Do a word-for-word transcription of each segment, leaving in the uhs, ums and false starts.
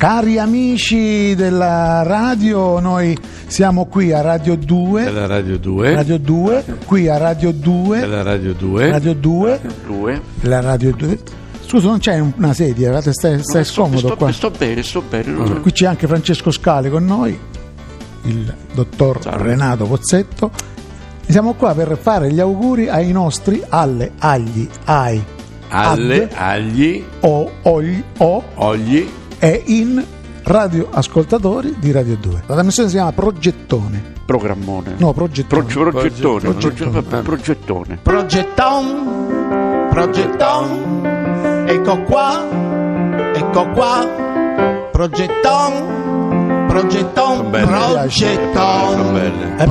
Cari amici della radio, noi siamo qui a Radio due. Della Radio due. Radio due, qui a Radio due. Della Radio due. Radio due. due. La Radio due. Scusa, non c'è una sedia? Stai, stai no, scomodo sto, qua? Sto bene, sto bene. Mm. Qui c'è anche Francesco Scali con noi, il dottor Ciao. Renato Pozzetto. Siamo qua per fare gli auguri ai nostri, alle, agli, ai, alle, ad, agli, o, ogli, o, ogli e in radioascoltatori di Radio due. La trasmissione si chiama Progettone. Programmone. No, Progettone. Pro, progettone. Progettone. Progettone. Progetton. Progetton. Ecco qua. Ecco qua. Progetton. Progetton. Progetton.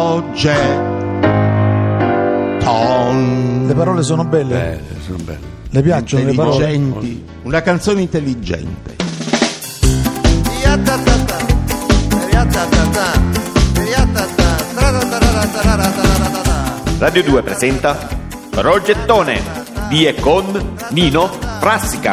Progetton. Le parole sono belle? Belle, sono belle. Le piacciono le parole? Intelligenti. Una canzone intelligente. Radio due presenta Progettone di e con Nino Frassica.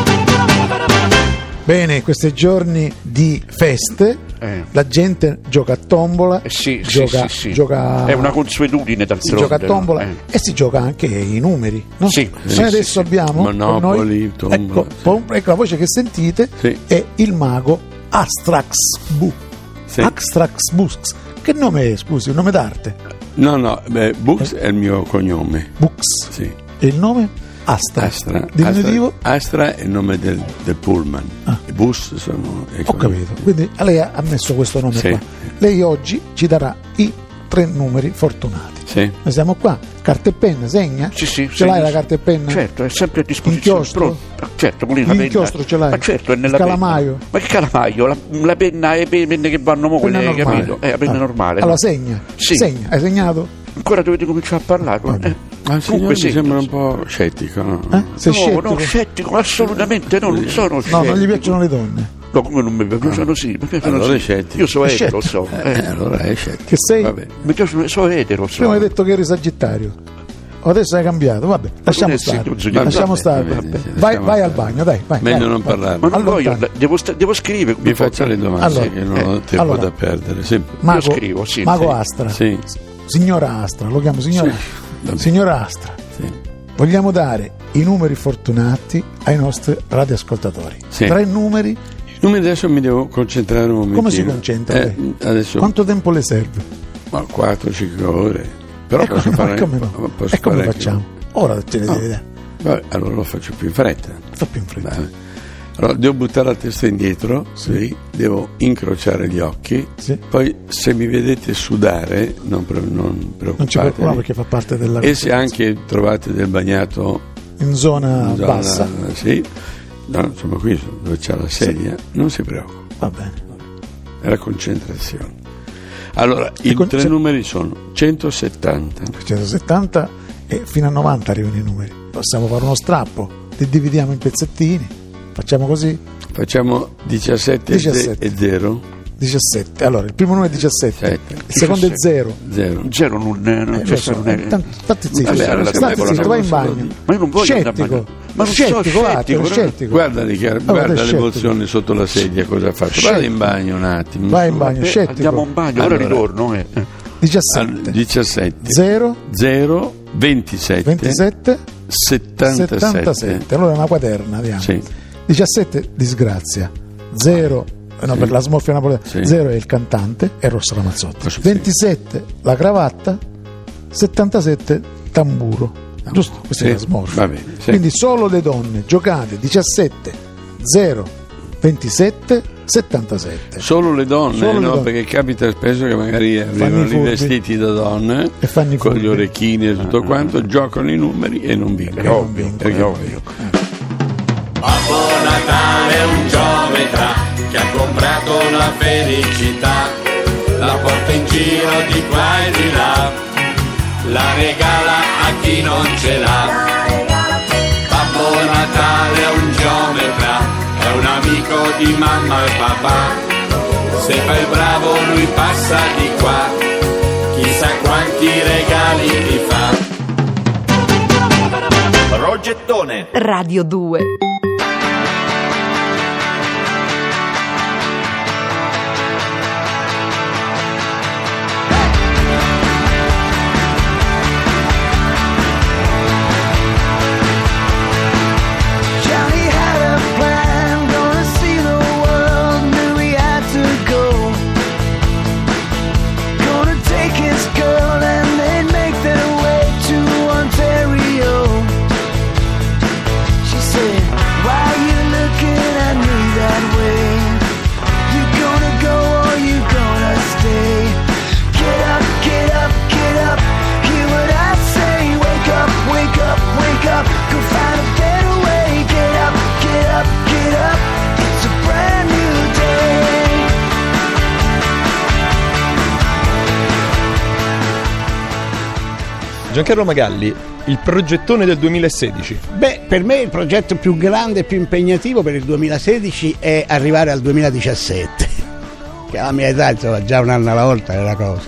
Bene, questi giorni di feste, eh. la gente gioca a tombola, eh sì, gioca, sì, sì, sì. gioca è una consuetudine d'altronde. Si gioca a tombola eh. e si gioca anche i numeri, no? Sì, noi sì, adesso sì, abbiamo Monopoli, con noi, ecco, ecco la voce che sentite sì. è il mago Astrax Bu. Sì. Astrax Bux. Che nome è, scusi, un nome d'arte? No, no, beh, Bux è il mio cognome. Bux. Sì. E il nome? Astra. Astra. Diminutivo? Astra, Astra è il nome del, del pullman. Ah. I bus sono... Ho capito. Quindi lei ha messo questo nome sì. qua. Lei oggi ci darà i tre numeri fortunati. Sì. Noi siamo qua, carta e penna, segna? Sì, sì, ce segno. L'hai la carta e penna? Certo, è sempre a disposizione. Inchiostro? Certo, con la l'inchiostro penna. ce l'hai? Ma certo, è nella il calamaio? Penna. Ma che calamaio? La, la penna e le penne che vanno mo, quelle, hai capito? È la penna ah. normale. Allora no? segna. Sì. Segna, hai segnato? Ancora dovete cominciare a parlare. Eh. Ma il signore mi sembra un po' scettico, no? Eh? Sei no, scettico? no, scettico, assolutamente no, non sono scettico. No, non gli piacciono le donne. No, come non mi piacciono, sì, mi piacciono allora sì. è scettico. Io sono è etero, so. Eh, eh, allora è scettico. Che sei? Vabbè. Mi piace, sono etero, so. Prima hai detto che eri Sagittario. Adesso hai cambiato, vabbè, lasciamo stare. Vabbè, lasciamo stare. vabbè, vabbè, vai lasciamo vai stare. al bagno, dai, vai. Meglio vai, non vai. parlare. Ma non Allontana. voglio, devo, sta, devo scrivere. Mi faccia le domande allora, che non eh, ho tempo allora, da perdere. Sì. Mago, Io scrivo, sì. Mago sì. Astra. Sì. Signora Astra, lo chiamo signora. Sì, signora Astra. Sì. Vogliamo dare i numeri fortunati ai nostri radioascoltatori. Sì. Tre numeri. I numeri adesso mi devo concentrare un momentino. Come si concentra? Eh, adesso Quanto tempo le serve? Ma quattro cinque ore. Però ecco, posso no, fare. come no? Posso e come fare facciamo? Anche... Ora ce ne no. devi dare. Vabbè, allora lo faccio più in fretta. Fa più in fretta. Vabbè. Allora devo buttare la testa indietro, sì. Sì, devo incrociare gli occhi, sì. Poi se mi vedete sudare non, pre- non preoccupatevi. Non ci preoccupare perché fa parte della e se anche trovate del bagnato in zona, in zona bassa, sì, no, insomma qui dove c'è la sedia, sì. Non si preoccupa. Va bene. È la concentrazione. Allora, i con- tre c- numeri sono centosettanta. centosettanta e fino a novanta arrivano i numeri. Possiamo fare uno strappo, li dividiamo in pezzettini, facciamo così? Facciamo diciassette, diciassette. E zero. diciassette. Allora, il primo numero è diciassette, Sette. il secondo è zero. Zero. Zero non, non Eh, c'è so, non è... Stati zitto, Vabbè, allora, stati vabbè, zitto, vai in solo bagno. di- Ma io non voglio andare a Scettico, bagno. Ma non scettico, sono va, scettico, però- scettico. Guarda, di che- Allora, guarda sei l'emozione sotto la sedia, cosa ha fatto? Scettico. Vada in bagno un attimo. Vai in bagno, Eh, scettico. andiamo in bagno, ora Allora. ritorno. Eh. diciassette, diciassette, zero, zero, ventisette, ventisette, settantasette. settantasette. Allora è una quaterna, andiamo. Sì. diciassette, disgrazia. zero, no, Sì. per la smorfia napoletana. Sì. zero è il cantante, è Rosso Ramazzotti. Sì. ventisette, la cravatta. settantasette, tamburo. Giusto? Questa Sì. è la smorfia. Va bene, sì. Quindi solo le donne giocate diciassette, zero, ventisette, settantasette. Solo le donne, Solo le no? donne. Perché capita spesso che magari arrivano i lì furbi. vestiti da donne E fanno i con furbi. gli orecchini e tutto quanto, giocano i numeri e non vincono. È ovvio, Perché è ovvio. Babbo Natale è un geometra che ha comprato la felicità, la porta in giro di qua e di là, la regala a chi non ce l'ha. Babbo Natale è un geometra, è un amico di mamma e papà, se fa il bravo lui passa di qua, chissà quanti regali ti fa. Progettone Radio due. Giancarlo Magalli, il progettone del duemilasedici. Beh, per me il progetto più grande e più impegnativo per il duemilasedici è arrivare al duemiladiciassette, che alla mia età, insomma, già un anno alla volta è una cosa.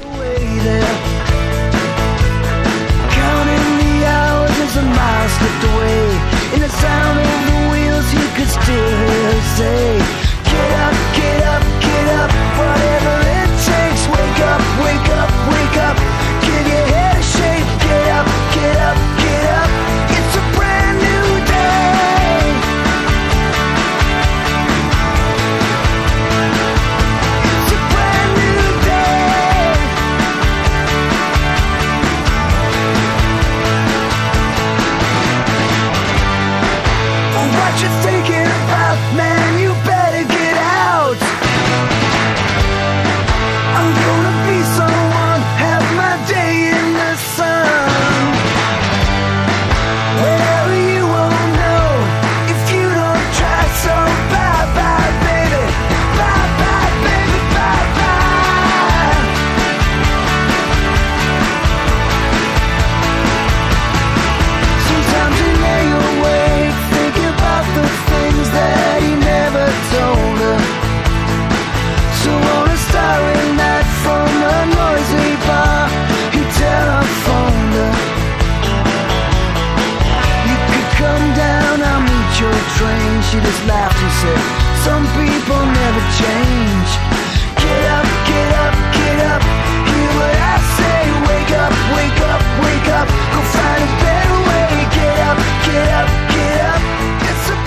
She just laughed and said, some people never change. Get up, get up, get up, hear what I say. Wake up, wake up, wake up, go find a better way. Get up, get up, get up, it's a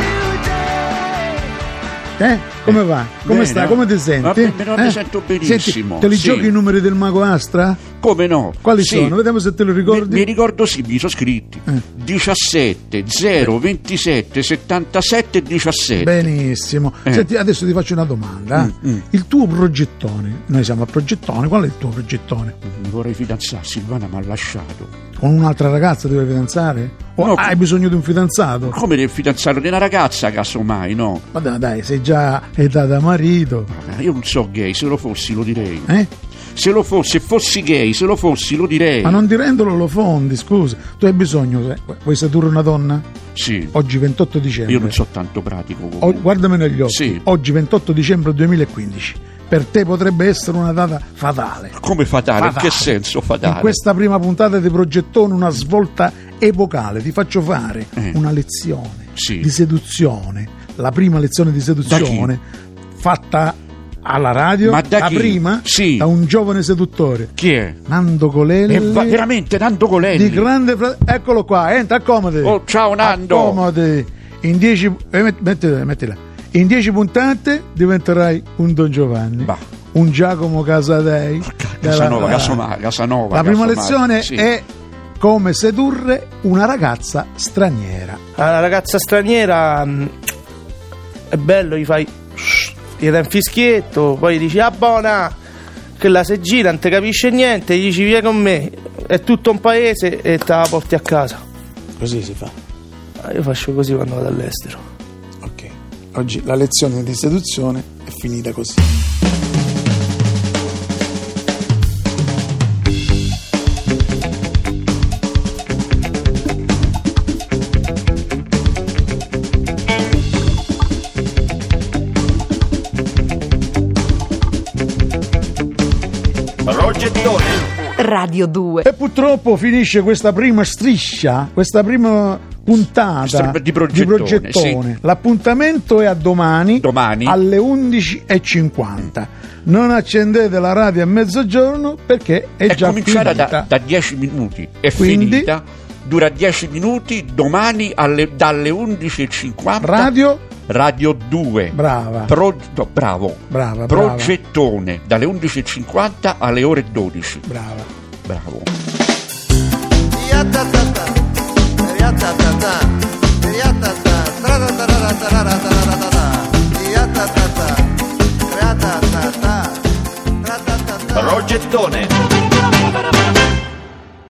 brand new day. Eh? Come va? Come Bene, sta? no? Come ti senti? Vabbè, non eh? mi sento benissimo. Senti, te li sì. giochi i numeri del mago Astra? Come no? Quali Sì. sono? Vediamo se te lo ricordi. Mi, mi ricordo, sì, mi sono scritti. Eh. diciassette, zero, ventisette, settantasette, diciassette. Benissimo. Eh. Senti, adesso ti faccio una domanda. Mm, mm. Il tuo progettone, noi siamo a progettone, qual è il tuo progettone? Mi vorrei fidanzare, Silvana mi ha lasciato. Con un'altra ragazza ti vuoi fidanzare? O No, hai bisogno di un fidanzato? Come del fidanzato di una ragazza, casomai, no? Ma dai, dai, sei già età da marito. Vabbè, io non so gay, se lo fossi lo direi. Eh? Se lo fossi, se fossi gay, se lo fossi lo direi. Ma non ti rendolo lo fondi, scusa. Tu hai bisogno, vuoi sedurre una donna? Sì. Oggi ventotto dicembre. Io non so tanto pratico comunque. O- guardami negli occhi. Sì. Oggi ventotto dicembre duemilaquindici. Per te potrebbe essere una data fatale. Come fatale? Fatale. In che senso fatale? In questa prima puntata di Progettone una svolta epocale. Ti faccio fare Eh. una lezione Sì. di seduzione. La prima lezione di seduzione fatta alla radio. Ma da la chi? prima Sì. da un giovane seduttore. Chi è? Nando Colelli. E va- veramente Nando Colelli. Di grande fra- Eccolo qua, entra, accomodi. Oh, ciao Nando. Accomodi. In dieci eh, met- mettila, mettila. In dieci puntate diventerai un Don Giovanni. Bah. Un Giacomo Casadei. Casanova, Della- Casoma- Casanova. La prima casomai. lezione Sì. è come sedurre una ragazza straniera. La ragazza straniera mh, è bello, gli fai gli dai un fischietto, poi gli dici ah buona, che la si gira, non ti capisce niente, gli dici via con me, è tutto un paese e te la porti a casa. Così si fa. Ah, io faccio così quando vado all'estero. Ok. Oggi la lezione di seduzione è finita così. Progettone. Radio due. E purtroppo finisce questa prima striscia, questa prima puntata Di Progettone, Progettone. sì. L'appuntamento è a domani, Domani. alle undici e cinquanta. Non accendete la radio a mezzogiorno perché è, È già cominciata finita. da, da dieci minuti. È Quindi? finita. Dura dieci minuti. Domani alle- dalle undici e cinquanta. Radio? Radio due. Brava. Pro- no, bravo. Brava, brava. Progettone. Dalle undici e cinquanta alle ore dodici. Brava. Bravo. Ya ta ta ta, ya ta ta ta.